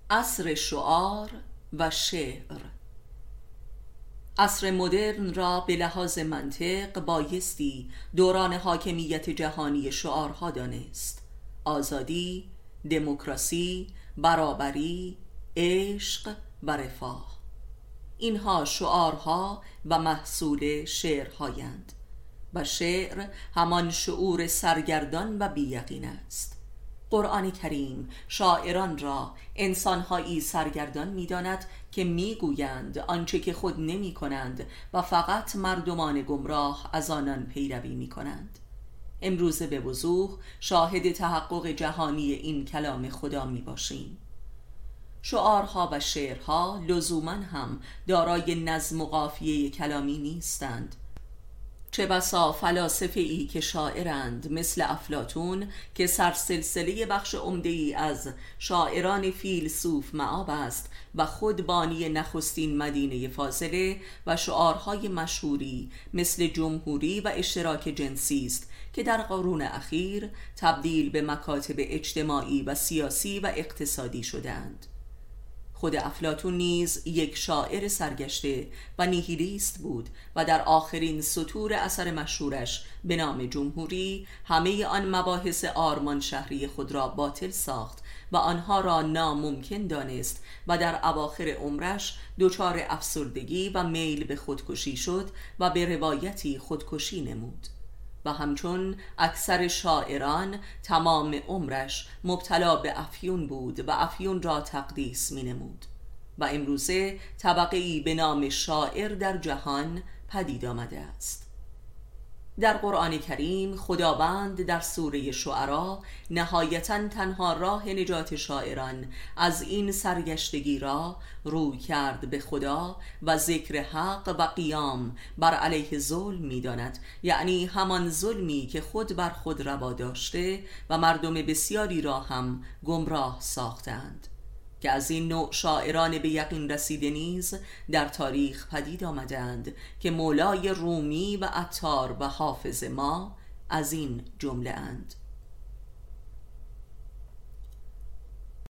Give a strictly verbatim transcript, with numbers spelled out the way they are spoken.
عصر شعار و شعر. عصر مدرن را به لحاظ منطق بایستی دوران حاکمیت جهانی شعارها دانست: آزادی، دموکراسی، برابری، عشق و رفاه. اینها شعارها و محصول شعرهایند و شعر همان شعور سرگردان و بی‌یقین است. قرآن کریم شاعران را انسانهایی سرگردان می‌داند که می‌گویند آنچه که خود نمی‌کنند و فقط مردمان گمراه از آنان پیروی می‌کنند. امروزه به وضوح شاهد تحقق جهانی این کلام خدا می‌باشیم. شعارها و شعرها لزوماً هم دارای نظم و قافیه کلامی نیستند. چه بسا فلاسفه ای که شاعرند مثل افلاطون که سرسلسله بخش عمده‌ای از شاعران فیلسوف مآب است و خود بانی نخستین مدینه فاضله، و شعارهای مشهوری مثل جمهوری و اشتراک جنسی است که در قرون اخیر تبدیل به مکاتب اجتماعی و سیاسی و اقتصادی شدند. خود افلاطون نیز یک شاعر سرگشته و نیهیلیست بود و در آخرین سطور اثر مشهورش به نام جمهوری همه آن مباحث آرمان شهری خود را باطل ساخت و آنها را ناممکن دانست و در اواخر عمرش دچار افسردگی و میل به خودکشی شد و به روایتی خودکشی نمود. و همچون اکثر شاعران تمام عمرش مبتلا به افیون بود و افیون را تقدیس می نمود. و امروزه طبقه‌ای به نام شاعر در جهان پدید آمده است. در قرآن کریم خداوند در سوره شعرا نهایتاً تنها راه نجات شاعران از این سرگشتگی را روی کرد به خدا و ذکر حق و قیام بر علیه ظلم می داند، یعنی همان ظلمی که خود بر خود روا داشته و مردم بسیاری را هم گمراه ساختند، که از این نوع شاعران به یقین رسیده نیز در تاریخ پدید آمدند که مولای رومی و عطار و حافظ ما از این جمله اند.